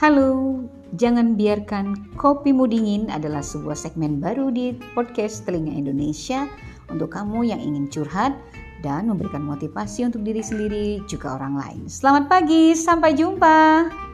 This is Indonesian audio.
Halo, jangan biarkan kopimu dingin adalah sebuah segmen baru di podcast Telinga Indonesia untuk kamu yang ingin curhat dan memberikan motivasi untuk diri sendiri juga orang lain. Selamat pagi, sampai jumpa.